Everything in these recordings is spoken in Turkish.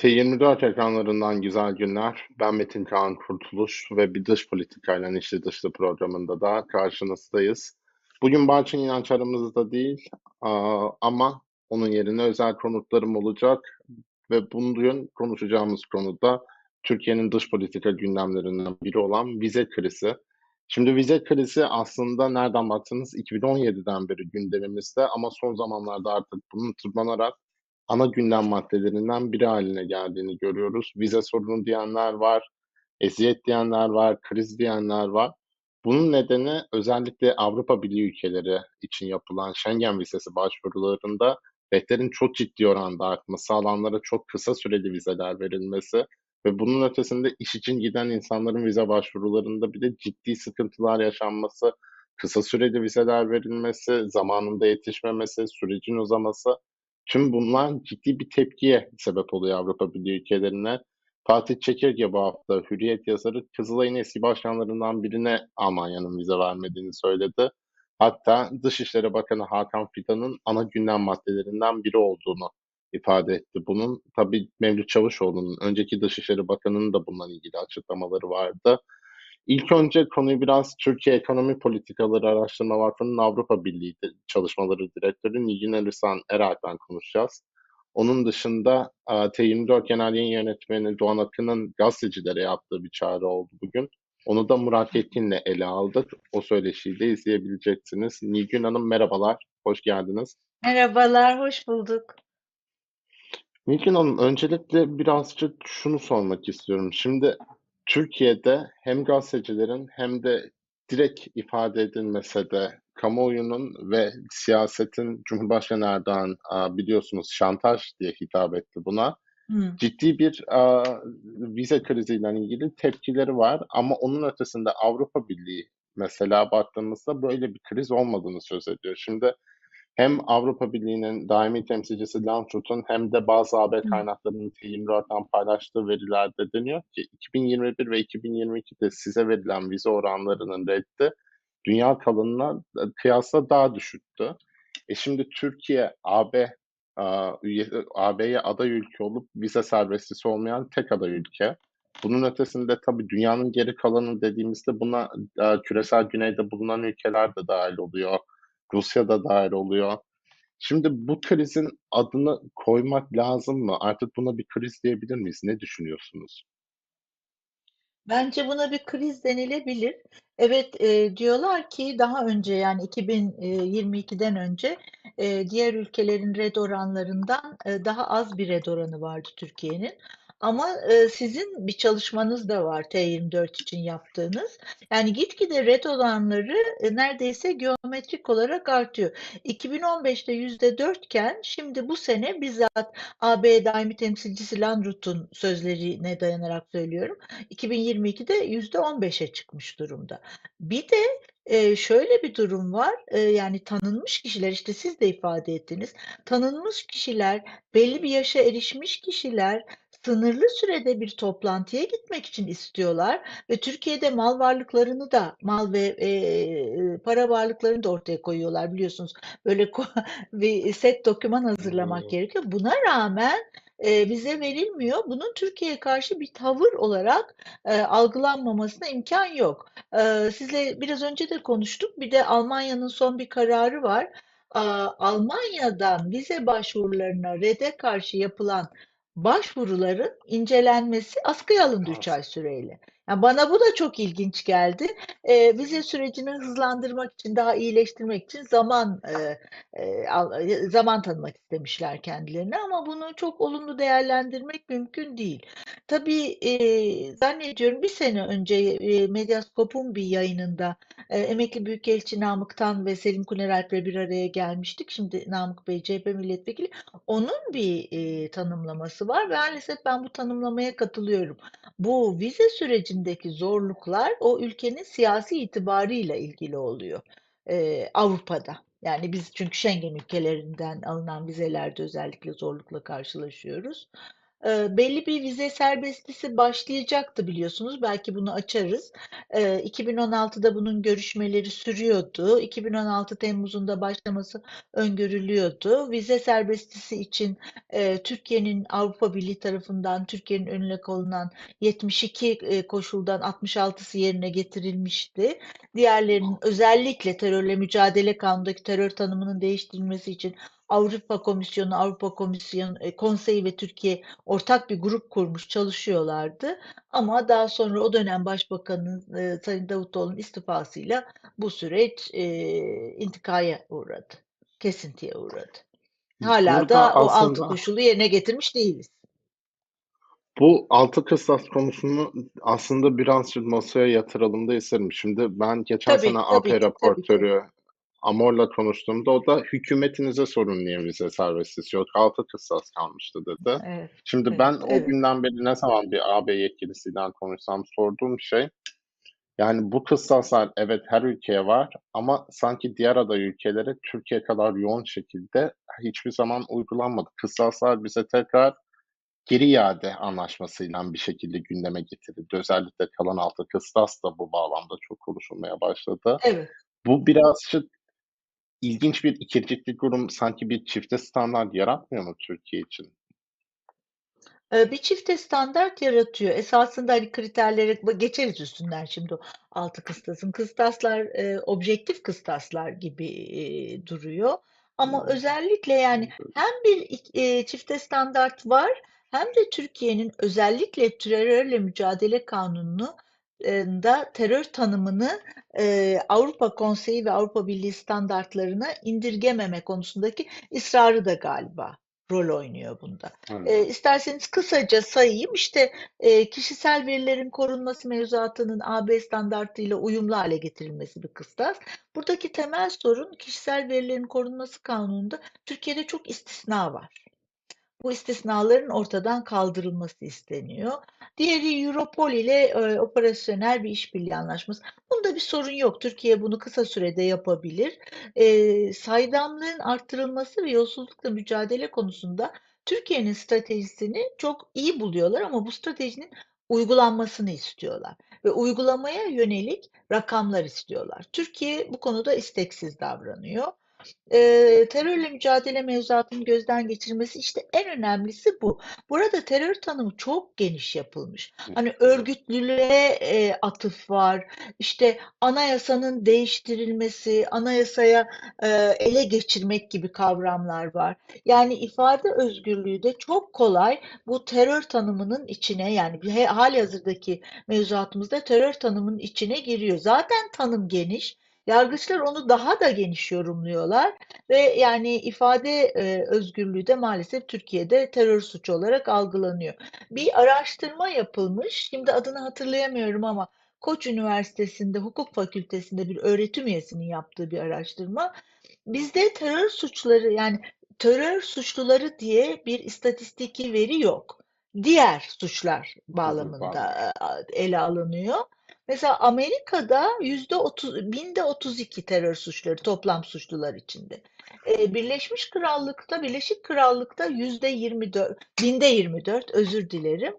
T24 ekranlarından güzel günler. Ben Metin Kaan Kurtuluş ve bir dış politikayla içli dışlı programında da karşınızdayız. Bugün Barçın İnanç aramızda değil, ama onun yerine özel konuklarım olacak ve bugün konuşacağımız konu da Türkiye'nin dış politika gündemlerinden biri olan vize krizi. Şimdi vize krizi aslında nereden baksanız 2017'den beri gündemimizde ama son zamanlarda artık bunun tırmanarak ana gündem maddelerinden biri haline geldiğini görüyoruz. Vize sorunu diyenler var, eziyet diyenler var, kriz diyenler var. Bunun nedeni özellikle Avrupa Birliği ülkeleri için yapılan Schengen vizesi başvurularında rehlerin çok ciddi oranda artması, alanlara çok kısa süreli vizeler verilmesi ve bunun ötesinde iş için giden insanların vize başvurularında bir de ciddi sıkıntılar yaşanması, kısa süreli vizeler verilmesi, zamanında yetişmemesi, sürecin uzaması. Tüm bunlar ciddi bir tepkiye sebep oluyor Avrupa Birliği ülkelerine. Fatih Çekirge bu hafta Hürriyet yazarı Kızılay'ın eski başkanlarından birine Almanya'nın vize vermediğini söyledi. Hatta Dışişleri Bakanı Hakan Fidan'ın ana gündem maddelerinden biri olduğunu ifade etti. Bunun tabii Mevlüt Çavuşoğlu'nun önceki Dışişleri Bakanı'nın da bununla ilgili açıklamaları vardı. İlk önce konuyu biraz Türkiye Ekonomi Politikaları Araştırma Vakfı'nın Avrupa Birliği Çalışmaları Direktörü Nilgün Erisan Eralp'ten konuşacağız. Onun dışında T24 Genel Yayın Yönetmeni Doğan Akın'ın gazetecilere yaptığı bir çağrı oldu bugün. Onu da Murat Yetkin'le ele aldık. O söyleşiyi de izleyebileceksiniz. Nilgün Hanım merhabalar, hoş geldiniz. Merhabalar, hoş bulduk. Nilgün Hanım, öncelikle birazcık şunu sormak istiyorum. Şimdi Türkiye'de hem gazetecilerin hem de direkt ifade edilmese de kamuoyunun ve siyasetin Cumhurbaşkanı Erdoğan biliyorsunuz şantaj diye hitap etti buna. Hı. Ciddi bir vize kriziyle ilgili tepkileri var ama onun ötesinde Avrupa Birliği mesela baktığımızda böyle bir kriz olmadığını söz ediyor. Şimdi hem Avrupa Birliği'nin daimi temsilcisi Landrut'un hem de bazı AB Hı. kaynaklarının T24'ten paylaştığı verilerde deniyor ki 2021 ve 2022'de size verilen vize oranlarının reddi dünya kalanına kıyasla daha düşüktü. Şimdi Türkiye AB'ye aday ülke olup vize serbestisi olmayan tek aday ülke. Bunun ötesinde tabii dünyanın geri kalanı dediğimizde buna küresel güneyde bulunan ülkeler de dahil oluyor. Rusya da dahil oluyor. Şimdi bu krizin adını koymak lazım mı? Artık buna bir kriz diyebilir miyiz? Ne düşünüyorsunuz? Bence buna bir kriz denilebilir. Evet, diyorlar ki daha önce yani 2022'den önce diğer ülkelerin red oranlarından daha az bir red oranı vardı Türkiye'nin. Ama sizin bir çalışmanız da var T24 için yaptığınız. Yani gitgide red oranları neredeyse geometrik olarak artıyor. 2015'te %4 iken şimdi bu sene bizzat AB daimi temsilcisi Landrut'un sözlerine dayanarak söylüyorum. 2022'de %15'e çıkmış durumda. Bir de şöyle bir durum var. Yani tanınmış kişiler, işte siz de ifade ettiniz. Tanınmış kişiler, belli bir yaşa erişmiş kişiler sınırlı sürede bir toplantıya gitmek için istiyorlar ve Türkiye'de mal varlıklarını da, mal ve para varlıklarını da ortaya koyuyorlar biliyorsunuz. Böyle bir set doküman hazırlamak gerekiyor. Buna rağmen vize verilmiyor. Bunun Türkiye'ye karşı bir tavır olarak algılanmamasına imkan yok. Sizle biraz önce de konuştuk. Bir de Almanya'nın son bir kararı var. Almanya'dan vize başvurularına RED'e karşı yapılan başvuruların incelenmesi askıya alındı 3 ay süreyle. Yani bana bu da çok ilginç geldi. Vize sürecini hızlandırmak için, daha iyileştirmek için zaman tanımak istemişler kendilerine ama bunu çok olumlu değerlendirmek mümkün değil. Tabii zannediyorum bir sene önce Medyaskop'un bir yayınında emekli Büyükelçi Namık Tan ve Selim Kuneralp'le bir araya gelmiştik. Şimdi Namık Bey CHP milletvekili. Onun bir tanımlaması var ve maalesef ben bu tanımlamaya katılıyorum. Bu vize sürecindeki zorluklar o ülkenin siyasi itibarıyla ilgili oluyor. Avrupa'da. Yani biz çünkü Schengen ülkelerinden alınan vizelerde özellikle zorlukla karşılaşıyoruz. belli bir vize serbestisi başlayacaktı biliyorsunuz. Belki bunu açarız. 2016'da bunun görüşmeleri sürüyordu. 2016 Temmuz'unda başlaması öngörülüyordu. Vize serbestisi için Türkiye'nin Avrupa Birliği tarafından Türkiye'nin önüne konulan 72 koşuldan 66'sı yerine getirilmişti. Diğerlerinin özellikle terörle mücadele kanunundaki terör tanımının değiştirilmesi için Avrupa Komisyonu, Avrupa Komisyonu, Konseyi ve Türkiye ortak bir grup kurmuş çalışıyorlardı. Ama daha sonra o dönem Başbakanın Sayın Davutoğlu'nun istifasıyla bu süreç intikaya uğradı. Kesintiye uğradı. Hala Burada da o altı aslında koşulu yerine getirmiş değiliz. bu altı kıstas konusunu aslında birazcık masaya yatıralım da isterim. Şimdi ben geçen sene Tabii, tabii AP ki, tabii ki. raportörü Amor'la konuştuğumda o da hükümetinize sorun niye vize serbestisi yok, altı kıstas kalmıştı dedi. Evet, Şimdi evet, ben o evet. günden beri ne zaman bir AB yetkilisiyle konuşsam sorduğum şey, yani bu kıstaslar evet her ülkeye var ama sanki diğer aday ülkelere Türkiye kadar yoğun şekilde hiçbir zaman uygulanmadı. Kıstaslar bize tekrar geri iade anlaşmasıyla bir şekilde gündeme getirildi. Özellikle kalan altı kıstas da bu bağlamda çok konuşulmaya başladı. Evet. Bu birazcık ilginç bir ikircikli durum, sanki bir çifte standart yaratmıyor mu Türkiye için? Bir çifte standart yaratıyor. Esasında hani kriterlere geçeriz üstünden şimdi o altı kıstasın. Kıstaslar objektif kıstaslar gibi duruyor. Ama Hımm. özellikle yani hem bir çifte standart var hem de Türkiye'nin özellikle terörle mücadele kanununu da terör tanımını Avrupa Konseyi ve Avrupa Birliği standartlarına indirgememe konusundaki ısrarı da galiba rol oynuyor bunda. Evet. İsterseniz kısaca sayayım. İşte kişisel verilerin korunması mevzuatının AB standartıyla uyumlu hale getirilmesi bir kıstas. Buradaki temel sorun kişisel verilerin korunması kanununda Türkiye'de çok istisna var. Bu istisnaların ortadan kaldırılması isteniyor. Diğeri Europol ile operasyonel bir işbirliği anlaşması. Bunda bir sorun yok. Türkiye bunu kısa sürede yapabilir. Saydamlığın arttırılması ve yolsuzlukla mücadele konusunda Türkiye'nin stratejisini çok iyi buluyorlar ama bu stratejinin uygulanmasını istiyorlar ve uygulamaya yönelik rakamlar istiyorlar. Türkiye bu konuda isteksiz davranıyor. Terörle mücadele mevzuatının gözden geçirilmesi işte en önemlisi bu. Burada terör tanımı çok geniş yapılmış. Hani Evet. örgütlülüğe atıf var. İşte anayasanın değiştirilmesi, anayasaya e, ele geçirmek gibi kavramlar var. Yani ifade özgürlüğü de çok kolay bu terör tanımının içine yani halihazırdaki mevzuatımızda terör tanımının içine giriyor. Zaten tanım geniş. Yargıçlar onu daha da geniş yorumluyorlar ve yani ifade özgürlüğü de maalesef Türkiye'de terör suçu olarak algılanıyor. Bir araştırma yapılmış, şimdi adını hatırlayamıyorum ama Koç Üniversitesi'nde Hukuk Fakültesi'nde bir öğretim üyesinin yaptığı bir araştırma. Bizde terör suçları yani terör suçluları diye bir istatistiki veri yok. Diğer suçlar bağlamında ele alınıyor. Mesela Amerika'da %30, binde 32 terör suçları toplam suçlular içinde. Birleşik Krallık'ta %24, binde 24, özür dilerim.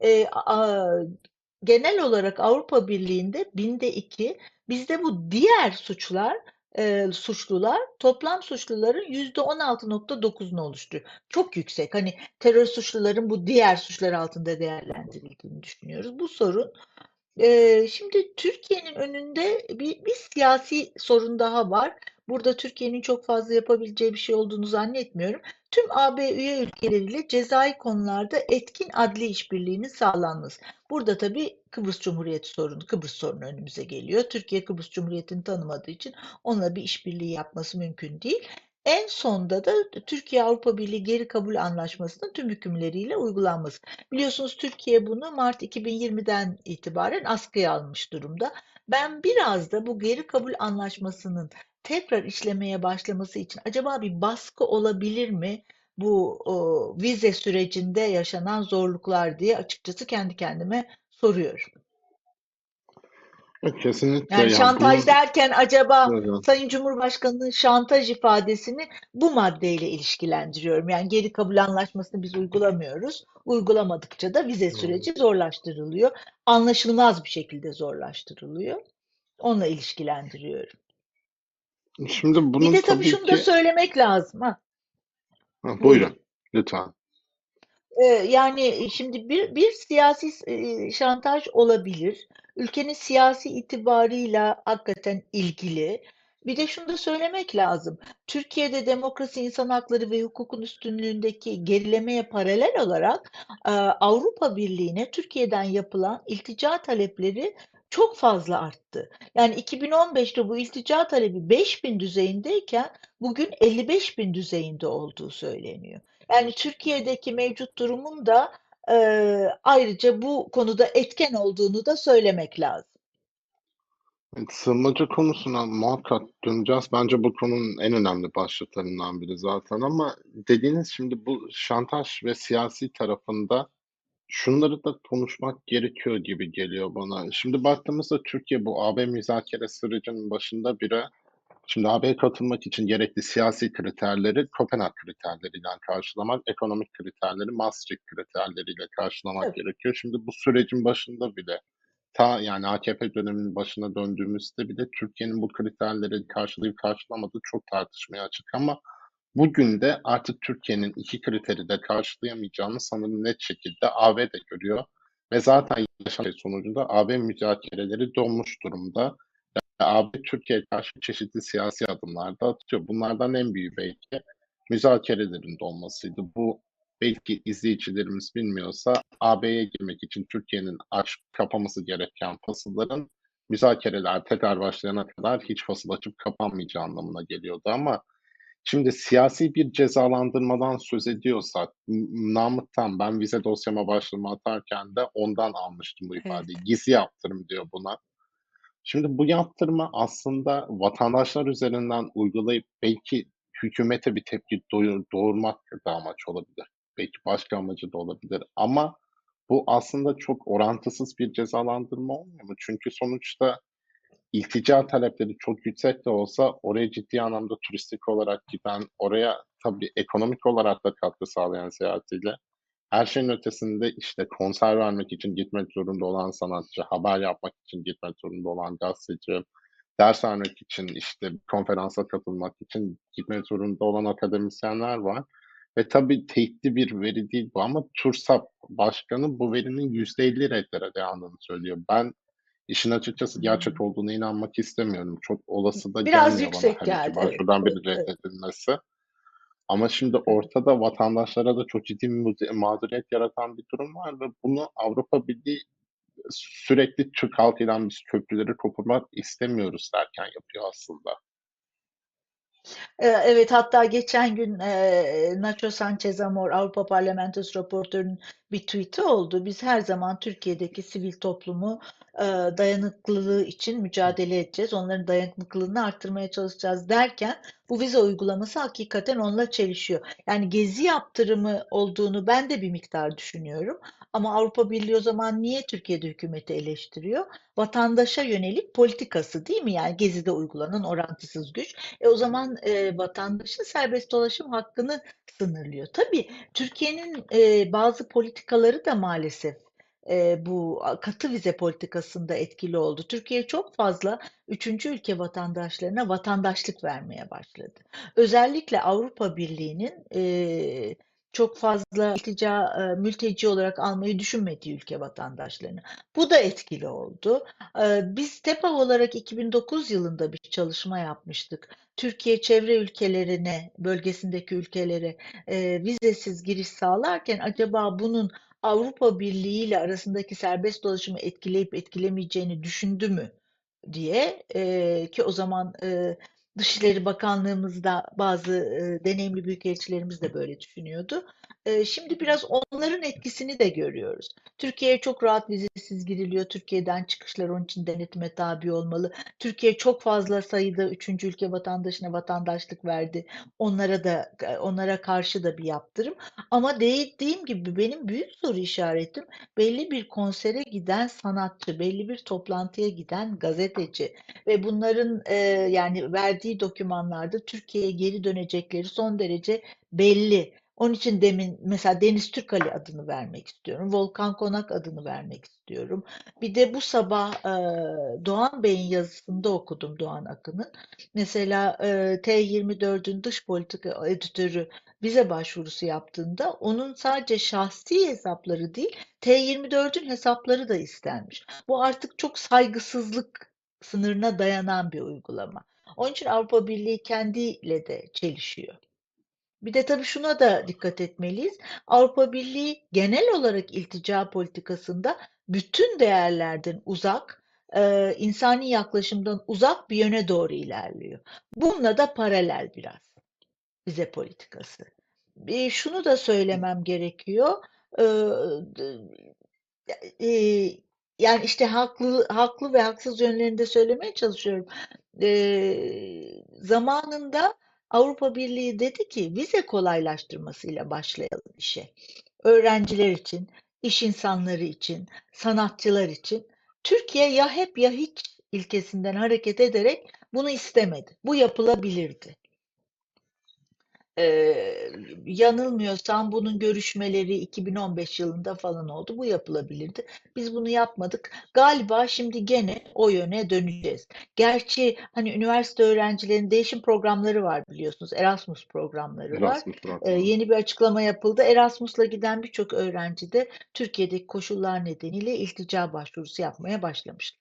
Genel olarak Avrupa Birliği'nde binde 2. Bizde bu diğer suçlular toplam suçluların %16,9'unu oluşturuyor. Çok yüksek. Hani terör suçluların bu diğer suçlar altında değerlendirildiğini düşünüyoruz. Bu sorun. Şimdi Türkiye'nin önünde bir siyasi sorun daha var. Burada Türkiye'nin çok fazla yapabileceği bir şey olduğunu zannetmiyorum. Tüm AB üye ülkeleriyle cezai konularda etkin adli işbirliğinin sağlanması. Burada tabii Kıbrıs sorunu önümüze geliyor. Türkiye Kıbrıs Cumhuriyeti'ni tanımadığı için onunla bir işbirliği yapması mümkün değil. En sonda da Türkiye Avrupa Birliği Geri Kabul Anlaşması'nın tüm hükümleriyle uygulanması. Biliyorsunuz Türkiye bunu Mart 2020'den itibaren askıya almış durumda. Ben biraz da bu geri kabul anlaşmasının tekrar işlemeye başlaması için acaba bir baskı olabilir mi bu vize sürecinde yaşanan zorluklar diye açıkçası kendi kendime soruyorum. Kesinlikle Yani ya şantaj bunun derken acaba evet, Sayın Cumhurbaşkanı'nın şantaj ifadesini bu maddeyle ilişkilendiriyorum. Yani geri kabul anlaşmasını biz uygulamıyoruz. Uygulamadıkça da vize süreci zorlaştırılıyor. Anlaşılmaz bir şekilde zorlaştırılıyor. Onunla ilişkilendiriyorum. şimdi Bir bunun de tabii tabii şunu da ki söylemek lazım. Ha, buyurun. buyurun lütfen. Yani şimdi bir siyasi şantaj olabilir. Ülkenin siyasi itibarıyla hakikaten ilgili. Bir de şunu da söylemek lazım. Türkiye'de demokrasi, insan hakları ve hukukun üstünlüğündeki gerilemeye paralel olarak Avrupa Birliği'ne Türkiye'den yapılan iltica talepleri çok fazla arttı. Yani 2015'te bu iltica talebi 5.000 düzeyindeyken bugün 55.000 düzeyinde olduğu söyleniyor. Yani Türkiye'deki mevcut durumun da ayrıca bu konuda etken olduğunu da söylemek lazım. Evet, sığınmacı konusuna muhakkak döneceğiz. Bence bu konunun en önemli başlıklarından biri zaten ama dediğiniz şimdi bu şantaj ve siyasi tarafında şunları da konuşmak gerekiyor gibi geliyor bana. Şimdi baktığımızda Türkiye bu AB müzakere sürecinin başında biri. Şimdi AB'ye katılmak için gerekli siyasi kriterleri Kopenhag kriterleriyle karşılamak, ekonomik kriterleri Maastricht kriterleriyle karşılamak Tabii. gerekiyor. Şimdi bu sürecin başında bile ta yani AKP döneminin başına döndüğümüzde bile Türkiye'nin bu kriterleri karşılayıp karşılamadığı çok tartışmaya açık ama bugün de artık Türkiye'nin iki kriteri de karşılayamayacağını sanırım net şekilde AB de görüyor ve zaten yaşanan şey sonucunda AB müzakereleri donmuş durumda. AB Türkiye'ye karşı çeşitli siyasi adımlar da atıyor. Bunlardan en büyüğü belki müzakerelerin olmasıydı. Bu belki izleyicilerimiz bilmiyorsa AB'ye girmek için Türkiye'nin açıp kapaması gereken fasılların müzakereler tekrar başlayana kadar hiç fasıl açıp kapanmayacağı anlamına geliyordu ama şimdi siyasi bir cezalandırmadan söz ediyorsak, Namık'tan ben vize dosyama başvurumu atarken de ondan almıştım bu Evet. ifadeyi. Gizli yaptırım diyor buna. Şimdi bu yaptırımı aslında vatandaşlar üzerinden uygulayıp belki hükümete bir tepki doğurmak da amaç olabilir. Belki başka amacı da olabilir ama bu aslında çok orantısız bir cezalandırma olmuyor mu? Çünkü sonuçta iltica talepleri çok yüksek de olsa oraya ciddi anlamda turistik olarak giden, oraya tabii ekonomik olarak da katkı sağlayan seyahatiyle her şeyin ötesinde, işte, konser vermek için gitmek zorunda olan sanatçı, haber yapmak için gitmek zorunda olan gazeteci, ders vermek için, işte, bir konferansa katılmak için gitmek zorunda olan akademisyenler var ve tabii teyitli bir veri değil bu ama TÜRSAP Başkanı bu verinin %50 reddere dayandığını söylüyor. Ben işin açıkçası gerçek Hmm. olduğuna inanmak istemiyorum. Çok olası da Biraz gelmiyor bana yüksek her iki geldi. Evet. başvurudan Evet. biri Evet. reddedilmesi. Ama şimdi Evet. ortada vatandaşlara da çok ciddi bir mağduriyet yaratan bir durum var ve bunu Avrupa Birliği sürekli Türk halkıyla biz köprüleri kopurmak istemiyoruz derken yapıyor aslında. Evet, hatta geçen gün Nacho Sanchez Amor, Avrupa Parlamentosu raportörünün bir tweet'i oldu. Biz her zaman Türkiye'deki sivil toplumu dayanıklılığı için mücadele edeceğiz. Onların dayanıklılığını arttırmaya çalışacağız derken bu vize uygulaması hakikaten onunla çelişiyor. Yani gezi yaptırımı olduğunu ben de bir miktar düşünüyorum. Ama Avrupa Birliği o zaman niye Türkiye'de hükümeti eleştiriyor? Vatandaşa yönelik politikası değil mi? Yani gezide uygulanan orantısız güç. O zaman vatandaşın serbest dolaşım hakkını sınırlıyor. Tabii Türkiye'nin bazı politikaları da maalesef bu katı vize politikasında etkili oldu. Türkiye çok fazla üçüncü ülke vatandaşlarına vatandaşlık vermeye başladı. Özellikle Avrupa Birliği'nin çok fazla mülteci olarak almayı düşünmediği ülke vatandaşlarını. Bu da etkili oldu. Biz TEPAV olarak 2009 yılında bir çalışma yapmıştık. Türkiye çevre ülkelerine, bölgesindeki ülkelere vizesiz giriş sağlarken acaba bunun Avrupa Birliği ile arasındaki serbest dolaşımı etkileyip etkilemeyeceğini düşündü mü diye ki o zaman Dışişleri Bakanlığımızda bazı deneyimli büyükelçilerimiz de böyle düşünüyordu. Şimdi biraz onların etkisini de görüyoruz. Türkiye'ye çok rahat vizesiz giriliyor. Türkiye'den çıkışlar onun için denetime tabi olmalı. Türkiye çok fazla sayıda üçüncü ülke vatandaşına vatandaşlık verdi. Onlara karşı da bir yaptırım. Ama dediğim gibi benim büyük soru işaretim belli bir konsere giden sanatçı, belli bir toplantıya giden gazeteci ve bunların yani verdiği dokümanlarda Türkiye'ye geri dönecekleri son derece belli. Onun için demin mesela Deniz Türkali adını vermek istiyorum. Volkan Konak adını vermek istiyorum. Bir de bu sabah Doğan Bey'in yazısında okudum, Doğan Akın'ın. Mesela T24'ün dış politika editörü vize başvurusu yaptığında onun sadece şahsi hesapları değil, T24'ün hesapları da istenmiş. Bu artık çok saygısızlık sınırına dayanan bir uygulama. Onun için Avrupa Birliği kendiyle de çelişiyor. Bir de tabii şuna da dikkat etmeliyiz. Avrupa Birliği genel olarak iltica politikasında bütün değerlerden uzak, insani yaklaşımdan uzak bir yöne doğru ilerliyor. Bununla da paralel biraz vize politikası. Şunu da söylemem gerekiyor. E, Yani işte haklı ve haksız yönlerinde söylemeye çalışıyorum. Zamanında Avrupa Birliği dedi ki vize kolaylaştırmasıyla başlayalım işe. Öğrenciler için, iş insanları için, sanatçılar için. Türkiye ya hep ya hiç ilkesinden hareket ederek bunu istemedi. Bu yapılabilirdi. Yanılmıyorsam bunun görüşmeleri 2015 yılında falan oldu. Bu yapılabilirdi. Biz bunu yapmadık. Galiba şimdi gene o yöne döneceğiz. Gerçi hani üniversite öğrencilerinin değişim programları var biliyorsunuz. Erasmus programları var. Erasmus programı. Yeni bir açıklama yapıldı. Erasmus'la giden birçok öğrenci de Türkiye'deki koşullar nedeniyle iltica başvurusu yapmaya başlamış.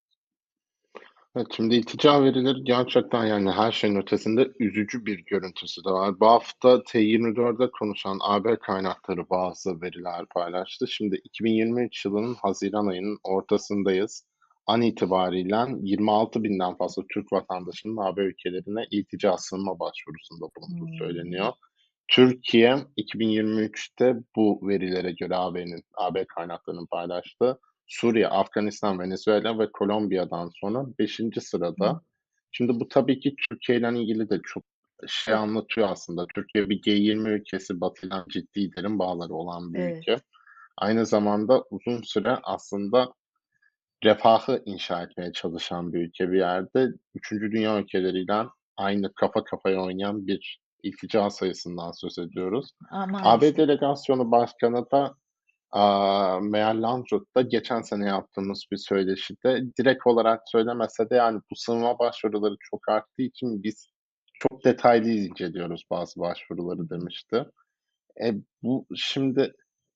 Evet, şimdi iltica verileri gerçekten yani her şeyin ötesinde üzücü bir görüntüsü de var. Bu hafta T24'de konuşan AB kaynakları bazı veriler paylaştı. Şimdi 2023 yılının Haziran ayının ortasındayız. An itibariyle 26 binden fazla Türk vatandaşının AB ülkelerine iltica sığınma başvurusunda bulunduğu Hmm, söyleniyor. Türkiye 2023'te bu verilere göre AB kaynaklarının paylaştığı Suriye, Afganistan, Venezuela ve Kolombiya'dan sonra beşinci hmm, sırada. Şimdi bu tabii ki Türkiye ile ilgili de çok şey tabii, anlatıyor aslında. Türkiye bir G20 ülkesi, Batı'yla ciddi derin bağları olan bir evet. ülke. Aynı zamanda uzun süre aslında refahı inşa etmeye çalışan bir ülke bir yerde. Üçüncü dünya ülkeleriyle aynı kafa kafaya oynayan bir iltica sayısından söz ediyoruz. AB Maalesef. Delegasyonu Başkanı da Meral Lanzot da geçen sene yaptığımız bir söyleşide direkt olarak söylemese de yani bu sığınma başvuruları çok arttığı için biz çok detaylı inceliyoruz bazı Hı başvuruları hı. demişti. E, Bu şimdi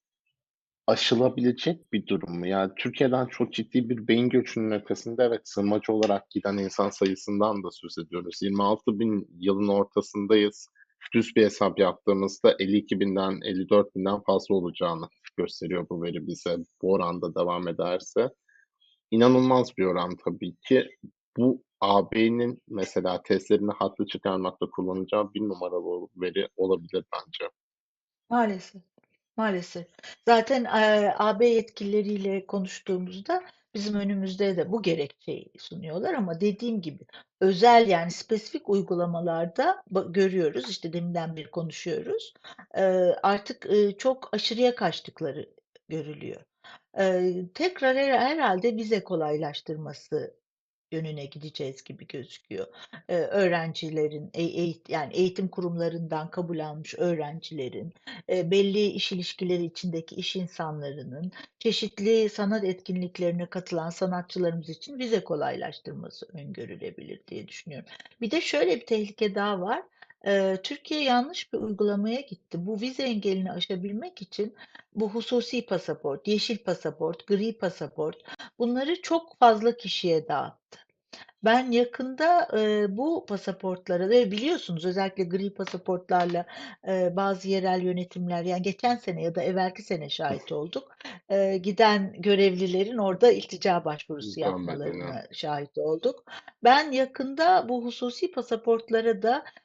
aşılabilecek bir durum mu? Yani Türkiye'den çok ciddi bir beyin göçünün ötesinde evet sığınmacı olarak giden insan sayısından da söz ediyoruz. 26 bin yılın ortasındayız. Düz bir hesap yaptığımızda 52 binden 54 binden fazla olacağını gösteriyor bu veri bize bu oranda devam ederse. İnanılmaz bir oran tabii ki. Bu AB'nin mesela testlerini haklı çıkarmakta kullanacağı bir numaralı veri olabilir bence. Maalesef. Maalesef. Zaten AB yetkilileriyle konuştuğumuzda bizim önümüzde de bu gerekçeyi sunuyorlar ama dediğim gibi özel yani spesifik uygulamalarda görüyoruz işte deminden beri konuşuyoruz. Artık çok aşırıya kaçtıkları görülüyor. Tekrar herhalde vize kolaylaştırması yönüne gideceğiz gibi gözüküyor. Öğrencilerin, yani eğitim kurumlarından kabul almış öğrencilerin, belli iş ilişkileri içindeki iş insanlarının, çeşitli sanat etkinliklerine katılan sanatçılarımız için vize kolaylaştırması öngörülebilir diye düşünüyorum. Bir de şöyle bir tehlike daha var. Türkiye yanlış bir uygulamaya gitti. Bu vize engelini aşabilmek için bu hususi pasaport, yeşil pasaport, gri pasaport bunları çok fazla kişiye dağıttı. Ben yakında bu pasaportlara ve biliyorsunuz özellikle gri pasaportlarla bazı yerel yönetimler yani geçen sene ya da evvelki sene şahit olduk. Giden görevlilerin orada iltica başvurusu Dönmediğini. yapmalarına şahit olduk. Ben yakında bu hususi pasaportlara da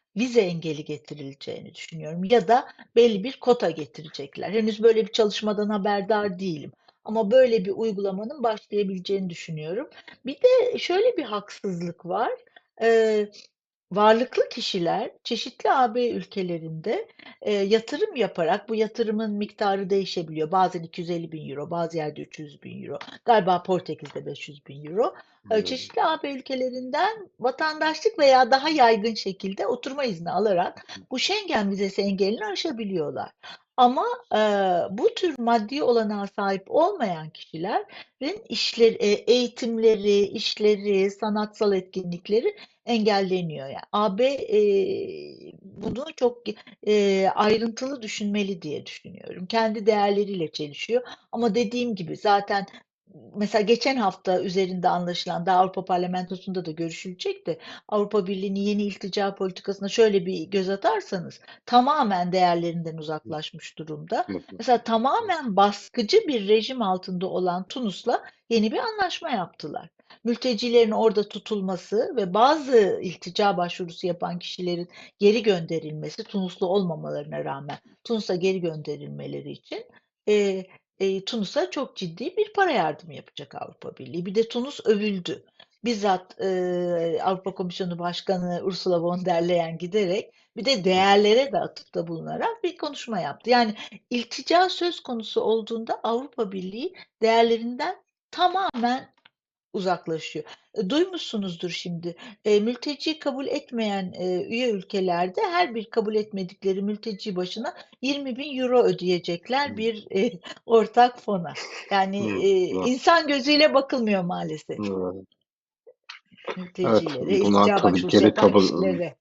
vize engeli getirileceğini düşünüyorum ya da belli bir kota getirecekler. Henüz böyle bir çalışmadan haberdar değilim ama böyle bir uygulamanın başlayabileceğini düşünüyorum. Bir de şöyle bir haksızlık var. Eee, Varlıklı kişiler çeşitli AB ülkelerinde yatırım yaparak bu yatırımın miktarı değişebiliyor. Bazen 250 bin euro, bazı yerde 300 bin euro, galiba Portekiz'de 500 bin euro. Hmm. Çeşitli AB ülkelerinden vatandaşlık veya daha yaygın şekilde oturma izni alarak bu Schengen vizesi engelini aşabiliyorlar. Ama bu tür maddi olanağa sahip olmayan kişilerin işleri, eğitimleri, işleri, sanatsal etkinlikleri engelleniyor. Yani AB bunu çok ayrıntılı düşünmeli diye düşünüyorum. Kendi değerleriyle çelişiyor. Ama dediğim gibi zaten mesela geçen hafta üzerinde anlaşılan daha Avrupa Parlamentosu'nda da görüşülecekti. Avrupa Birliği'nin yeni iltica politikasına şöyle bir göz atarsanız tamamen değerlerinden uzaklaşmış durumda. Mesela tamamen baskıcı bir rejim altında olan Tunus'la yeni bir anlaşma yaptılar. Mültecilerin orada tutulması ve bazı iltica başvurusu yapan kişilerin geri gönderilmesi, Tunuslu olmamalarına rağmen Tunus'a geri gönderilmeleri için e, Tunus'a çok ciddi bir para yardımı yapacak Avrupa Birliği. Bir de Tunus övüldü. Bizzat Avrupa Komisyonu Başkanı Ursula von der Leyen giderek bir de değerlere de atıfta bulunarak bir konuşma yaptı. Yani iltica söz konusu olduğunda Avrupa Birliği değerlerinden tamamen uzaklaşıyor. Duymuşsunuzdur şimdi. Mülteci kabul etmeyen üye ülkelerde her bir kabul etmedikleri mülteci başına 20 bin euro ödeyecekler bir ortak fona. Yani insan gözüyle bakılmıyor maalesef Hmm. Evet, mültecilere, buna iltica tabii başvurusu yapan kişilere.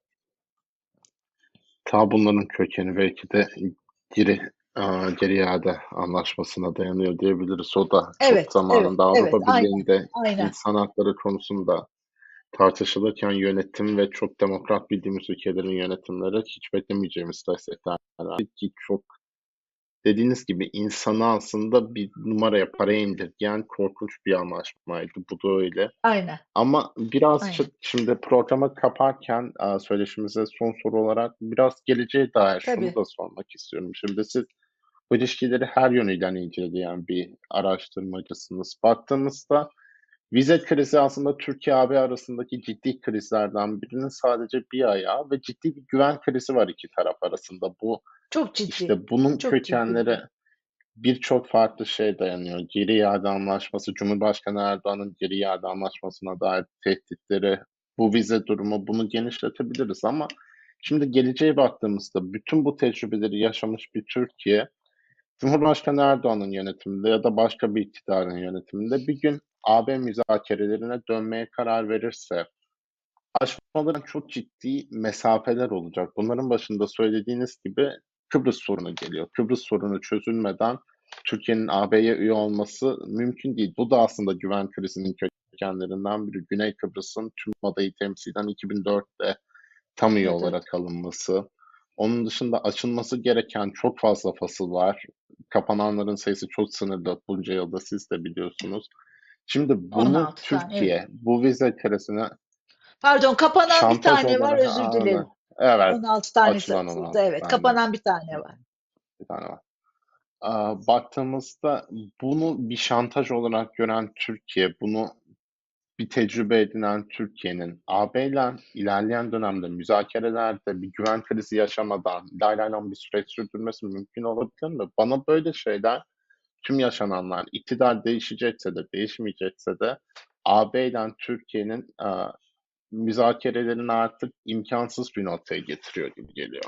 ta bunların kökeni belki de geri geri iade anlaşmasına dayanıyor diyebiliriz. O da çok Evet, evet, zamanında evet, Avrupa aynen, Birliği'nde aynen. insan hakları konusunda tartışılırken yönetim ve çok demokrat bildiğimiz ülkelerin yönetimleri hiç beklemeyeceğimiz destekler verdi ki çok dediğiniz gibi insanı aslında bir numaraya, paraya indirgeyen korkunç bir anlaşmaydı. Bu da öyle. Aynen, Ama aynen. birazcık şimdi programı kaparken söyleşimize son soru olarak biraz geleceğe dair şunu Tabii. da sormak istiyorum. Şimdi siz bu ilişkileri her yönüyle inceleyen bir araştırmacısınız. Baktığımızda vize krizi aslında Türkiye-AB arasındaki ciddi krizlerden birinin sadece bir ayağı ve ciddi bir güven krizi var iki taraf arasında. Bu Çok ciddi. işte bunun Çok ciddi bir. kökenleri birçok farklı şeye dayanıyor. Geri iade anlaşması, Cumhurbaşkanı Erdoğan'ın geri iade anlaşmasına dair tehditleri, bu vize durumu bunu genişletebiliriz ama şimdi geleceğe baktığımızda bütün bu tecrübeleri yaşamış bir Türkiye, Cumhurbaşkanı Erdoğan'ın yönetiminde ya da başka bir iktidarın yönetiminde bir gün AB müzakerelerine dönmeye karar verirse aşmaların çok ciddi mesafeler olacak. Bunların başında söylediğiniz gibi Kıbrıs sorunu geliyor. Kıbrıs sorunu çözülmeden Türkiye'nin AB'ye üye olması mümkün değil. Bu da aslında güven krizinin kökenlerinden biri. Güney Kıbrıs'ın tüm adayı temsilen 2004'te tam üye Evet, evet. olarak alınması. Onun dışında açılması gereken çok fazla fasıl var. Kapananların sayısı çok sınırlı. Bunca yılda siz de biliyorsunuz. Şimdi bunu 16 tane, evet. Türkiye bu vize krizine Pardon, kapanan bir şantaj tane var, olarak özür dilerim. evet, 16 tanesi açılan açıldı. 16 Evet, tane kapanan bir tane var. bir tane var. Baktığımızda bunu bir şantaj olarak gören Türkiye, bunu bir tecrübe edinen Türkiye'nin AB ile ilerleyen dönemde müzakerelerde bir güven krizi yaşamadan laylayla bir süreç sürdürmesi mümkün olabilir mi? Bana böyle şeyler tüm yaşananlar iktidar değişecekse de değişmeyecekse de AB ile Türkiye'nin müzakerelerini artık imkansız bir noktaya getiriyor gibi geliyor.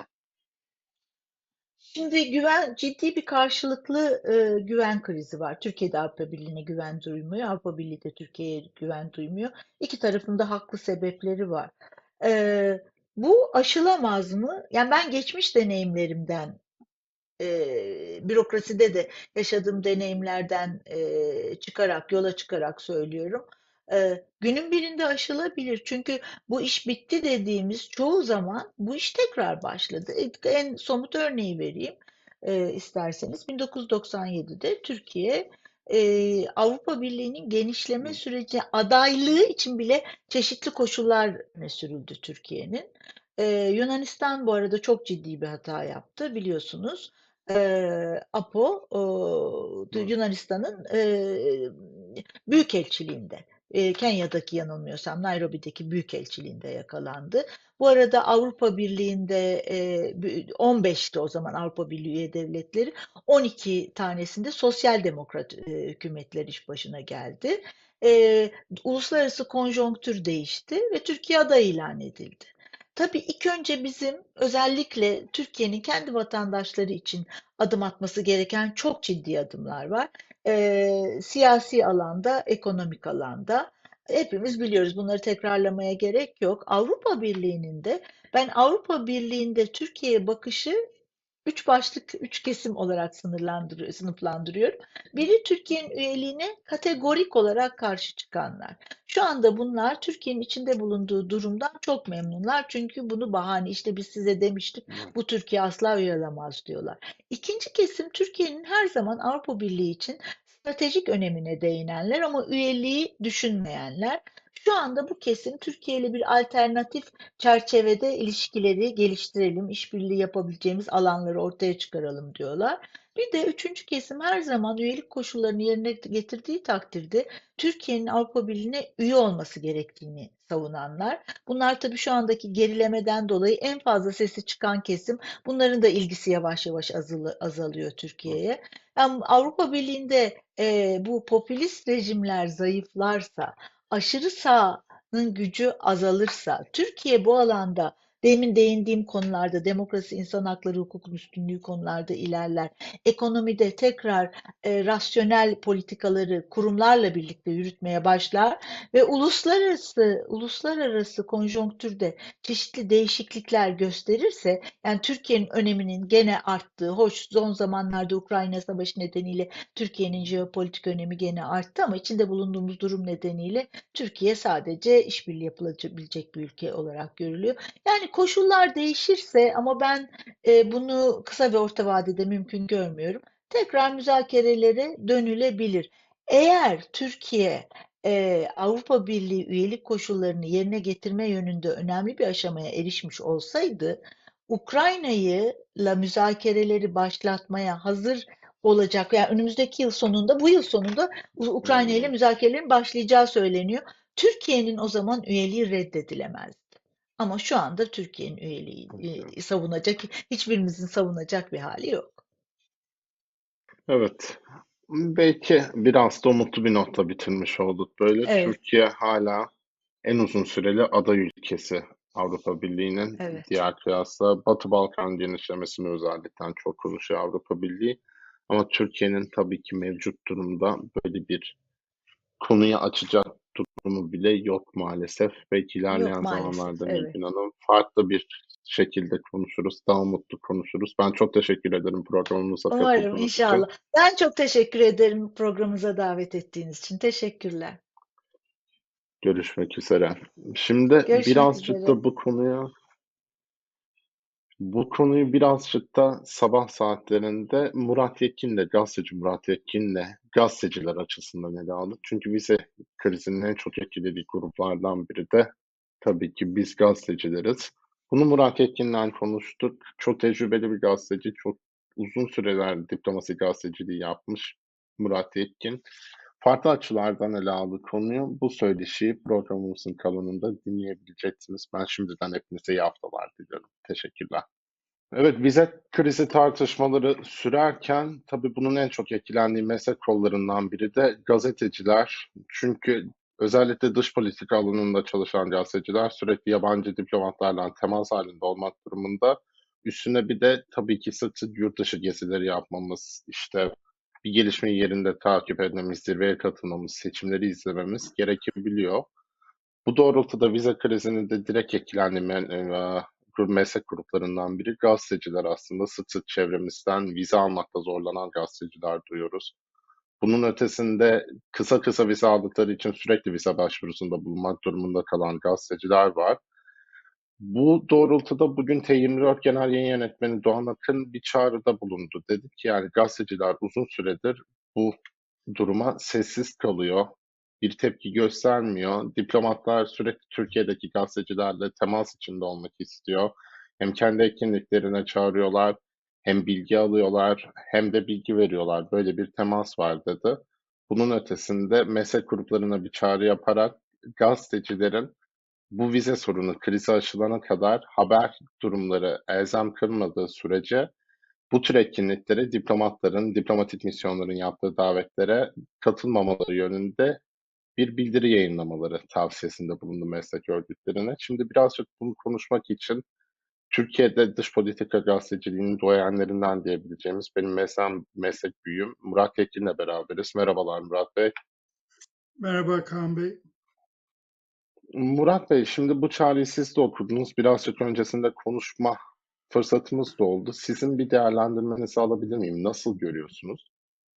Şimdi ciddi bir karşılıklı güven krizi var. Türkiye de Avrupa Birliği'ne güven duymuyor. Avrupa Birliği de Türkiye'ye güven duymuyor. İki tarafın da haklı sebepleri var. Bu aşılamaz mı? Yani ben geçmiş deneyimlerimden bürokraside de yaşadığım deneyimlerden yola çıkarak söylüyorum. Günün birinde aşılabilir. Çünkü bu iş bitti dediğimiz çoğu zaman bu iş tekrar başladı. En somut örneği vereyim isterseniz. 1997'de Türkiye Avrupa Birliği'nin genişleme süreci adaylığı için bile çeşitli koşullar öne sürüldü Türkiye'nin. Yunanistan bu arada çok ciddi bir hata yaptı biliyorsunuz. APO Evet. Yunanistan'ın büyükelçiliğinde, Kenya'daki yanılmıyorsam Nairobi'deki büyükelçiliğinde yakalandı. Bu arada Avrupa Birliği'nde 15'ti o zaman Avrupa Birliği üye devletleri, 12 tanesinde sosyal demokrat hükümetler iş başına geldi. E, Uluslararası konjonktür değişti ve Türkiye aday ilan edildi. Tabii ilk önce bizim özellikle Türkiye'nin kendi vatandaşları için adım atması gereken çok ciddi adımlar var. Siyasi alanda, ekonomik alanda. Hepimiz biliyoruz, bunları tekrarlamaya gerek yok. Avrupa Birliği'nin de ben Avrupa Birliği'nde Türkiye'ye bakışı üç başlık, üç kesim olarak sınıflandırıyorum. Biri Türkiye'nin üyeliğine kategorik olarak karşı çıkanlar. Şu anda bunlar Türkiye'nin içinde bulunduğu durumdan çok memnunlar. Çünkü bunu bahane, işte biz size demiştik, Evet. bu Türkiye asla üye olamaz diyorlar. İkinci kesim Türkiye'nin her zaman Avrupa Birliği için stratejik önemine değinenler ama üyeliği düşünmeyenler. Şu anda bu kesim Türkiye ile bir alternatif çerçevede ilişkileri geliştirelim, işbirliği yapabileceğimiz alanları ortaya çıkaralım diyorlar. Bir de üçüncü kesim her zaman üyelik koşullarını yerine getirdiği takdirde Türkiye'nin Avrupa Birliği'ne üye olması gerektiğini savunanlar. Bunlar tabii şu andaki gerilemeden dolayı en fazla sesi çıkan kesim. Bunların da ilgisi yavaş yavaş azalıyor Türkiye'ye. Yani Avrupa Birliği'nde bu popülist rejimler zayıflarsa, aşırı sağ gücü azalırsa, Türkiye bu alanda demin değindiğim konularda demokrasi, insan hakları, hukukun üstünlüğü konularda ilerler. Ekonomide tekrar rasyonel politikaları kurumlarla birlikte yürütmeye başlar ve uluslararası konjonktürde çeşitli değişiklikler gösterirse, yani Türkiye'nin öneminin gene arttığı, hoş son zamanlarda Ukrayna Savaşı nedeniyle Türkiye'nin jeopolitik önemi gene arttı ama içinde bulunduğumuz durum nedeniyle Türkiye sadece işbirliği yapılabilecek bir ülke olarak görülüyor. Yani koşullar değişirse, ama ben bunu kısa ve orta vadede mümkün görmüyorum. Tekrar müzakerelere dönülebilir. Eğer Türkiye Avrupa Birliği üyelik koşullarını yerine getirme yönünde önemli bir aşamaya erişmiş olsaydı, Ukrayna'yla müzakereleri başlatmaya hazır olacak. Yani önümüzdeki yıl sonunda, bu yıl sonunda Ukrayna ile Hmm. müzakerelerin başlayacağı söyleniyor. Türkiye'nin o zaman üyeliği reddedilemez. Ama şu anda Türkiye'nin üyeliği savunacak, hiçbirimizin savunacak bir hali yok. Evet. Belki biraz da umutlu bir notla bitirmiş olduk böyle. Evet, Türkiye hala en uzun süreli aday ülkesi Avrupa Birliği'nin, evet. diğer kıyasla Batı Balkan genişlemesini özellikle çok konuşuyor Avrupa Birliği. Ama Türkiye'nin tabii ki mevcut durumda böyle bir konuyu açacak durumu bile yok maalesef. Belki Yok ilerleyen maalesef, zamanlarda evet. Nilgün Hanım farklı bir şekilde konuşuruz, daha mutlu konuşuruz. Ben çok teşekkür ederim programımıza Umarım, katıldığınız için. inşallah. Ben çok teşekkür ederim programımıza davet ettiğiniz için. Teşekkürler. Görüşmek üzere. Şimdi Görüşmek birazcık üzere. da bu konuyu birazcık da sabah saatlerinde Murat Yekin'le, gazeteci Murat Yekin'le gazeteciler açısından ele aldık. Çünkü vize krizinin en çok etkilediği gruplardan biri de tabii ki biz gazetecileriz. Bunu Murat Yekin'le konuştuk. Çok tecrübeli bir gazeteci, çok uzun süreler diplomasi gazeteciliği yapmış Murat Yekin. Farklı açılardan ele aldı konuyu. Bu söyleşiyi programımızın kalanında dinleyebileceksiniz. Ben şimdiden hepinize iyi haftalar diliyorum. Teşekkürler. Evet, vize krizi tartışmaları sürerken tabii bunun en çok etkilendiği meslek kollarından biri de gazeteciler. Çünkü özellikle dış politika alanında çalışan gazeteciler sürekli yabancı diplomatlarla temas halinde olmak durumunda. Üstüne bir de tabii ki sık sık yurt dışı gezileri yapmamız, işte bir gelişmeyi yerinde takip etmemiz, zirveye katılmamız, seçimleri izlememiz gerekebiliyor. Bu doğrultuda vize krizinin de direkt etkilendiği meslek gruplarından biri gazeteciler aslında. Sık sık çevremizden vize almakta zorlanan gazeteciler duyuyoruz. Bunun ötesinde kısa kısa vize aldıkları için sürekli vize başvurusunda bulunmak durumunda kalan gazeteciler var. Bu doğrultuda bugün T24 Genel Yayın Yönetmeni Doğan Akın bir çağrıda bulundu. Dedi ki yani gazeteciler uzun süredir bu duruma sessiz kalıyor. bir tepki göstermiyor. Diplomatlar sürekli Türkiye'deki gazetecilerle temas içinde olmak istiyor. Hem kendi etkinliklerine çağırıyorlar, hem bilgi alıyorlar, hem de bilgi veriyorlar. Böyle bir temas var dedi. Bunun ötesinde meslek gruplarına bir çağrı yaparak gazetecilerin bu vize sorunu krizi aşılana kadar haber durumları elzem kırmadığı sürece bu tür etkinliklere diplomatların, diplomatik misyonların yaptığı davetlere katılmamaları yönünde bir bildiri yayınlamaları tavsiyesinde bulundu meslek örgütlerine. Şimdi birazcık bunu konuşmak için Türkiye'de dış politika gazeteciliğinin duayenlerinden diyebileceğimiz benim meslek büyüğüm Murat Tekin'le beraberiz. Merhabalar Murat Bey. Merhaba Kaan Bey. Murat Bey, şimdi bu çağrıyı siz de okudunuz. Birazcık öncesinde konuşma fırsatımız da oldu. Sizin bir değerlendirmenizi alabilir miyim? Nasıl görüyorsunuz?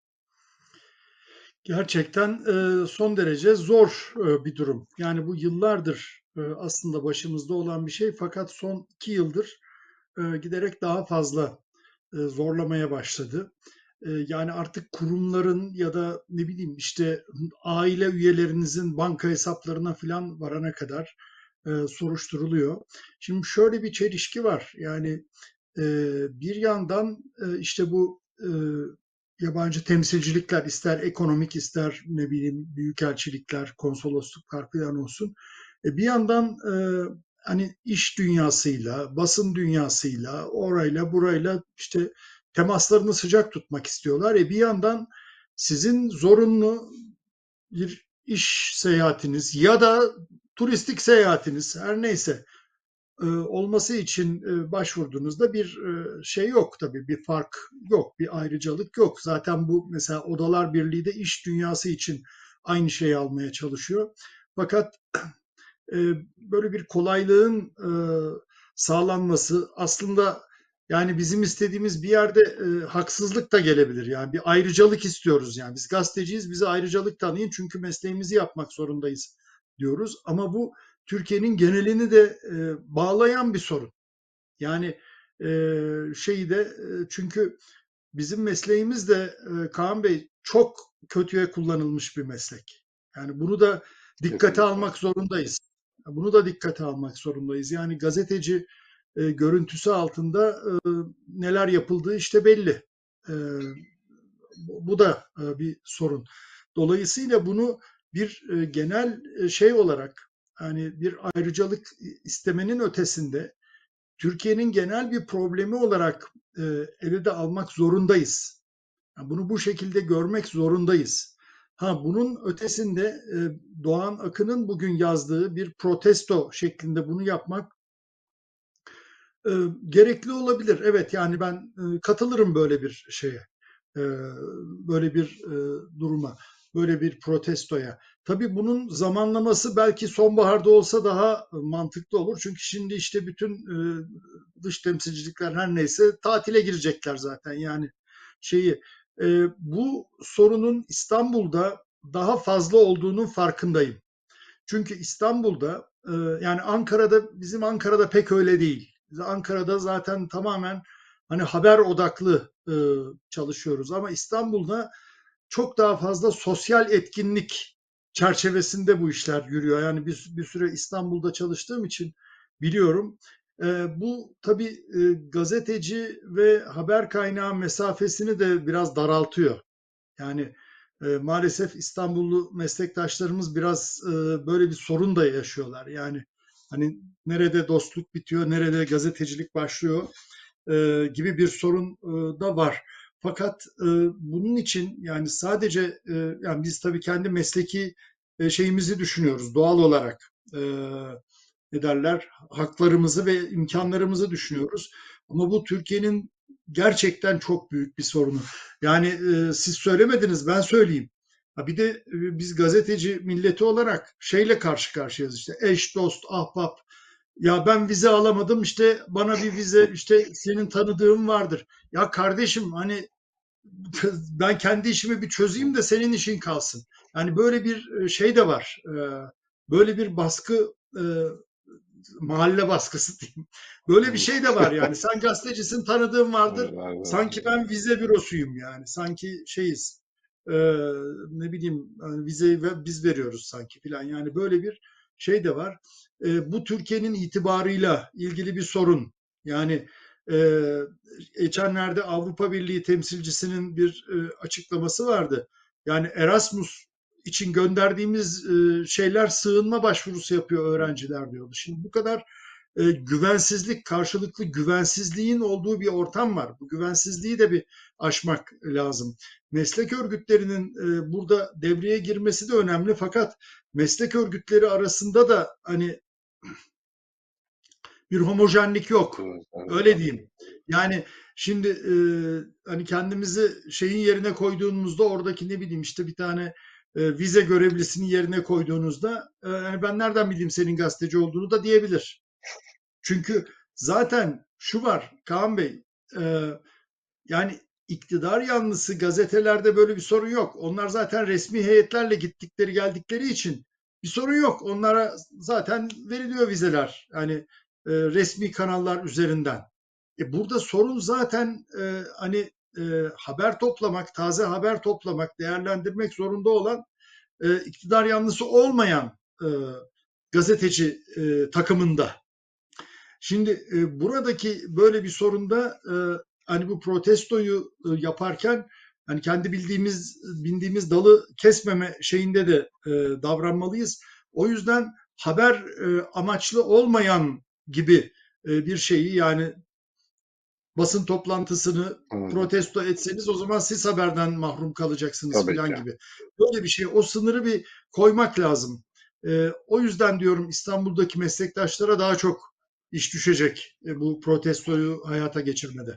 Gerçekten son derece zor bir durum. Yani bu yıllardır aslında başımızda olan bir şey fakat son 2 yıldır giderek daha fazla zorlamaya başladı. Yani artık kurumların ya da ne bileyim işte aile üyelerinizin banka hesaplarına falan varana kadar soruşturuluyor. Şimdi şöyle bir çelişki var. Yani bir yandan işte bu yabancı temsilcilikler ister ekonomik ister ne bileyim büyükelçilikler, konsolosluklar falan olsun. Bir yandan hani iş dünyasıyla, basın dünyasıyla, orayla burayla işte temaslarını sıcak tutmak istiyorlar. Bir yandan sizin zorunlu bir iş seyahatiniz ya da turistik seyahatiniz her neyse olması için başvurduğunuzda bir şey yok tabii, bir fark yok, bir ayrıcalık yok. Zaten bu mesela Odalar Birliği de iş dünyası için aynı şeyi almaya çalışıyor. Fakat e, böyle bir kolaylığın sağlanması aslında yani bizim istediğimiz bir yerde haksızlık da gelebilir. Yani bir ayrıcalık istiyoruz yani. Biz gazeteciyiz, bize ayrıcalık tanıyın çünkü mesleğimizi yapmak zorundayız diyoruz. Ama bu Türkiye'nin genelini de bağlayan bir sorun. Yani şeyi de çünkü bizim mesleğimiz de Kaan Bey çok kötüye kullanılmış bir meslek. Yani bunu da dikkate Kesinlikle. almak zorundayız. Bunu da dikkate almak zorundayız. Yani gazeteci görüntüsü altında neler yapıldığı işte belli. E, bu da bir sorun. Dolayısıyla bunu bir genel şey olarak yani bir ayrıcalık istemenin ötesinde Türkiye'nin genel bir problemi olarak ele de almak zorundayız. Yani bunu bu şekilde görmek zorundayız. Ha bunun ötesinde Doğan Akın'ın bugün yazdığı bir protesto şeklinde bunu yapmak gerekli olabilir. Evet yani ben katılırım böyle bir şeye, e, böyle bir duruma, böyle bir protestoya. Tabii bunun zamanlaması belki sonbaharda olsa daha mantıklı olur. Çünkü şimdi işte bütün dış temsilcilikler her neyse tatile girecekler zaten. Yani şeyi bu sorunun İstanbul'da daha fazla olduğunun farkındayım. Çünkü İstanbul'da yani Ankara'da bizim Ankara'da pek öyle değil. Biz Ankara'da zaten tamamen hani haber odaklı çalışıyoruz ama İstanbul'da çok daha fazla sosyal etkinlik çerçevesinde bu işler yürüyor. Yani bir süre İstanbul'da çalıştığım için biliyorum. Bu tabii gazeteci ve haber kaynağı mesafesini de biraz daraltıyor. Yani maalesef İstanbullu meslektaşlarımız biraz böyle bir sorun da yaşıyorlar. Yani hani nerede dostluk bitiyor, nerede gazetecilik başlıyor gibi bir sorun da var. Fakat bunun için yani sadece yani biz tabii kendi mesleki şeyimizi düşünüyoruz doğal olarak. Ne derler? Haklarımızı ve imkanlarımızı düşünüyoruz. Ama bu Türkiye'nin gerçekten çok büyük bir sorunu. Yani siz söylemediniz, ben söyleyeyim. Ha bir de biz gazeteci milleti olarak şeyle karşı karşıyayız işte eş, dost, ahbap. Ya ben vize alamadım işte bana bir vize işte senin tanıdığın vardır. Ya kardeşim hani ben kendi işimi bir çözeyim de senin işin kalsın. Yani böyle bir şey de var. Böyle bir baskı mahalle baskısı diyeyim. Böyle bir şey de var yani. Sen gazetecisin tanıdığın vardır. Evet, evet. Sanki ben vize bürosuyum yani. Sanki şeyiz. ne bileyim hani vizeyi biz veriyoruz sanki filan. Yani böyle bir şey de var. Bu Türkiye'nin itibarıyla ilgili bir sorun. Yani geçenlerde Avrupa Birliği temsilcisinin bir açıklaması vardı. Yani Erasmus için gönderdiğimiz şeyler sığınma başvurusu yapıyor öğrenciler diyordu. Şimdi bu kadar güvensizlik, karşılıklı güvensizliğin olduğu bir ortam var. Bu güvensizliği de bir aşmak lazım. Meslek örgütlerinin burada devreye girmesi de önemli, fakat meslek örgütleri arasında da hani bir homojenlik yok. Öyle diyeyim. Yani şimdi hani kendimizi şeyin yerine koyduğumuzda, oradaki ne bileyim işte bir tane vize görevlisinin yerine koyduğunuzda yani ben nereden bileyim senin gazeteci olduğunu da diyebilir. Çünkü zaten şu var Kaan Bey, yani iktidar yanlısı gazetelerde böyle bir sorun yok. Onlar zaten resmi heyetlerle gittikleri geldikleri için bir sorun yok. Onlara zaten veriliyor vizeler. Yani resmi kanallar üzerinden. Burada sorun zaten hani haber toplamak, taze haber toplamak, değerlendirmek zorunda olan iktidar yanlısı olmayan gazeteci takımında. Şimdi buradaki böyle bir sorunda hani bu protestoyu yaparken hani kendi bildiğimiz dalı kesmeme şeyinde de davranmalıyız. O yüzden haber amaçlı olmayan gibi bir şeyi, yani basın toplantısını Anladım. protesto etseniz o zaman siz haberden mahrum kalacaksınız Tabii filan ki. gibi. Böyle bir şey, o sınırı bir koymak lazım. O yüzden diyorum İstanbul'daki meslektaşlara daha çok iş düşecek bu protestoyu hayata geçirmede.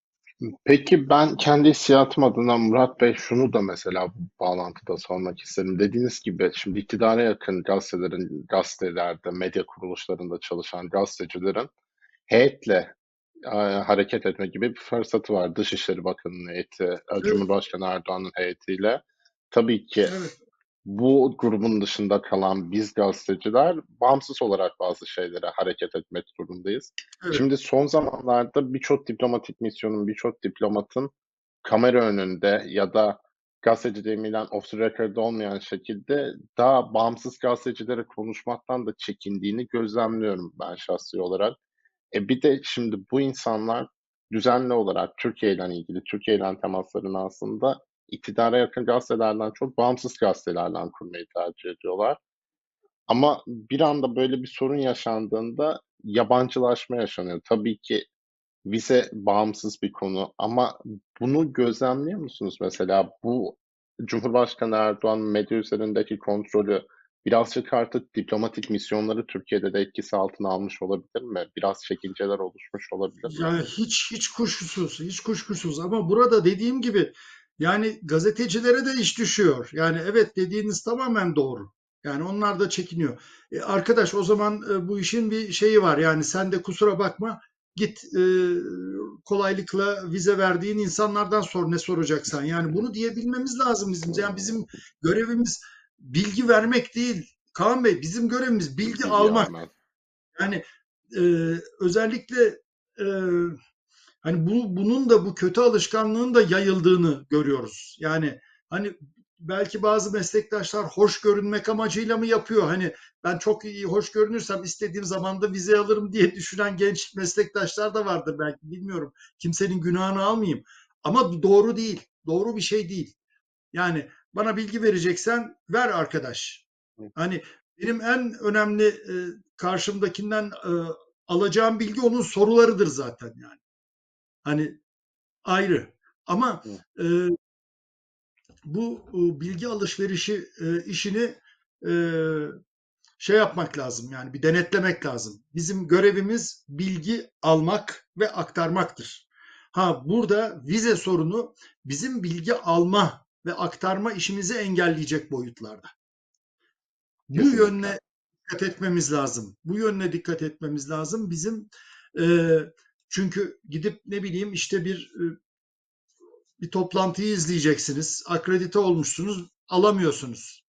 Peki ben kendi hissiyatım adına Murat Bey şunu da mesela bu bağlantıda sormak isterim. Dediğiniz gibi şimdi iktidara yakın gazetelerde, medya kuruluşlarında çalışan gazetecilerin heyetle hareket etme gibi bir fırsatı var. Dışişleri Bakanı'nın heyeti, Evet, Cumhurbaşkanı Erdoğan'ın heyetiyle. Tabii ki evet, bu grubun dışında kalan biz gazeteciler bağımsız olarak bazı şeylere hareket etmek durumundayız. evet, Şimdi son zamanlarda birçok diplomatik misyonun, birçok diplomatın kamera önünde ya da gazeteci denilen off the record olmayan şekilde daha bağımsız gazetecilere konuşmaktan da çekindiğini gözlemliyorum ben şahsi olarak. Bir de şimdi bu insanlar düzenli olarak Türkiye ile ilgili, Türkiye ile temaslarını aslında iktidara yakın gazetelerden çok bağımsız gazetelerle kurmayı tercih ediyorlar. Ama bir anda böyle bir sorun yaşandığında yabancılaşma yaşanıyor. Tabii ki vize bağımsız bir konu ama bunu gözlemliyor musunuz mesela? Bu Cumhurbaşkanı Erdoğan'ın medya üzerindeki kontrolü birazcık artık diplomatik misyonları Türkiye'de de etkisi altına almış olabilir mi? Biraz çekinceler oluşmuş olabilir mi? yani hiç kuşkusuz, hiç kuşkusuz, ama burada dediğim gibi yani gazetecilere de iş düşüyor. Yani evet, dediğiniz tamamen doğru. Yani onlar da çekiniyor. Arkadaş, o zaman bu işin bir şeyi var. Yani sen de kusura bakma, git kolaylıkla vize verdiğin insanlardan sor ne soracaksan. Yani bunu diyebilmemiz lazım bizim. Yani bizim görevimiz bilgi vermek değil. Kaan Bey, bizim görevimiz bilgi Bilgi almak. almak. Yani özellikle e, hani bunun da, bu kötü alışkanlığın da yayıldığını görüyoruz. Yani hani belki bazı meslektaşlar hoş görünmek amacıyla mı yapıyor? Hani ben çok iyi hoş görünürsem istediğim zaman da vize alırım diye düşünen genç meslektaşlar da vardır belki, bilmiyorum. Kimsenin günahını almayayım. Ama bu doğru değil. Doğru bir şey değil. Yani bana bilgi vereceksen ver arkadaş. Hani benim en önemli karşımdakinden alacağım bilgi onun sorularıdır zaten yani. Hani ayrı. Ama e, bu bilgi alışverişi işini e, şey yapmak lazım, yani bir denetlemek lazım. Bizim görevimiz bilgi almak ve aktarmaktır. Ha, burada vize sorunu bizim bilgi alma ve aktarma işimizi engelleyecek boyutlarda. Bu Kesinlikle. yönle dikkat etmemiz lazım. Bu yönle dikkat etmemiz lazım. Bizim e, çünkü gidip ne bileyim işte bir toplantıyı izleyeceksiniz. Akredite olmuşsunuz, alamıyorsunuz.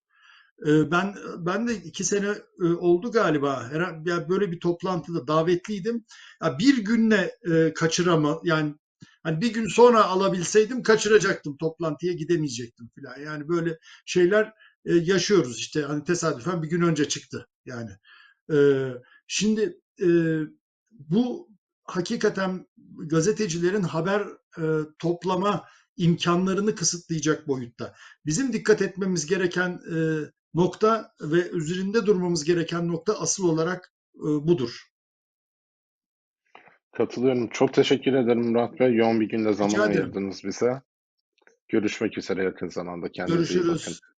Ben de 2 sene oldu galiba. Yani böyle bir toplantıda davetliydim. Ya bir günle kaçırama, yani Hani bir gün sonra alabilseydim kaçıracaktım, toplantıya gidemeyecektim falan. Yani böyle şeyler yaşıyoruz işte, hani tesadüfen bir gün önce çıktı yani. E, Şimdi bu hakikaten gazetecilerin haber toplama imkanlarını kısıtlayacak boyutta. Bizim dikkat etmemiz gereken nokta ve üzerinde durmamız gereken nokta asıl olarak budur. Katılıyorum. Çok teşekkür ederim Murat Bey. Yoğun bir günde zaman Rica ederim. ayırdınız bize. Görüşmek üzere yakın zamanda. Kendinize iyi bakın. Görüşürüz.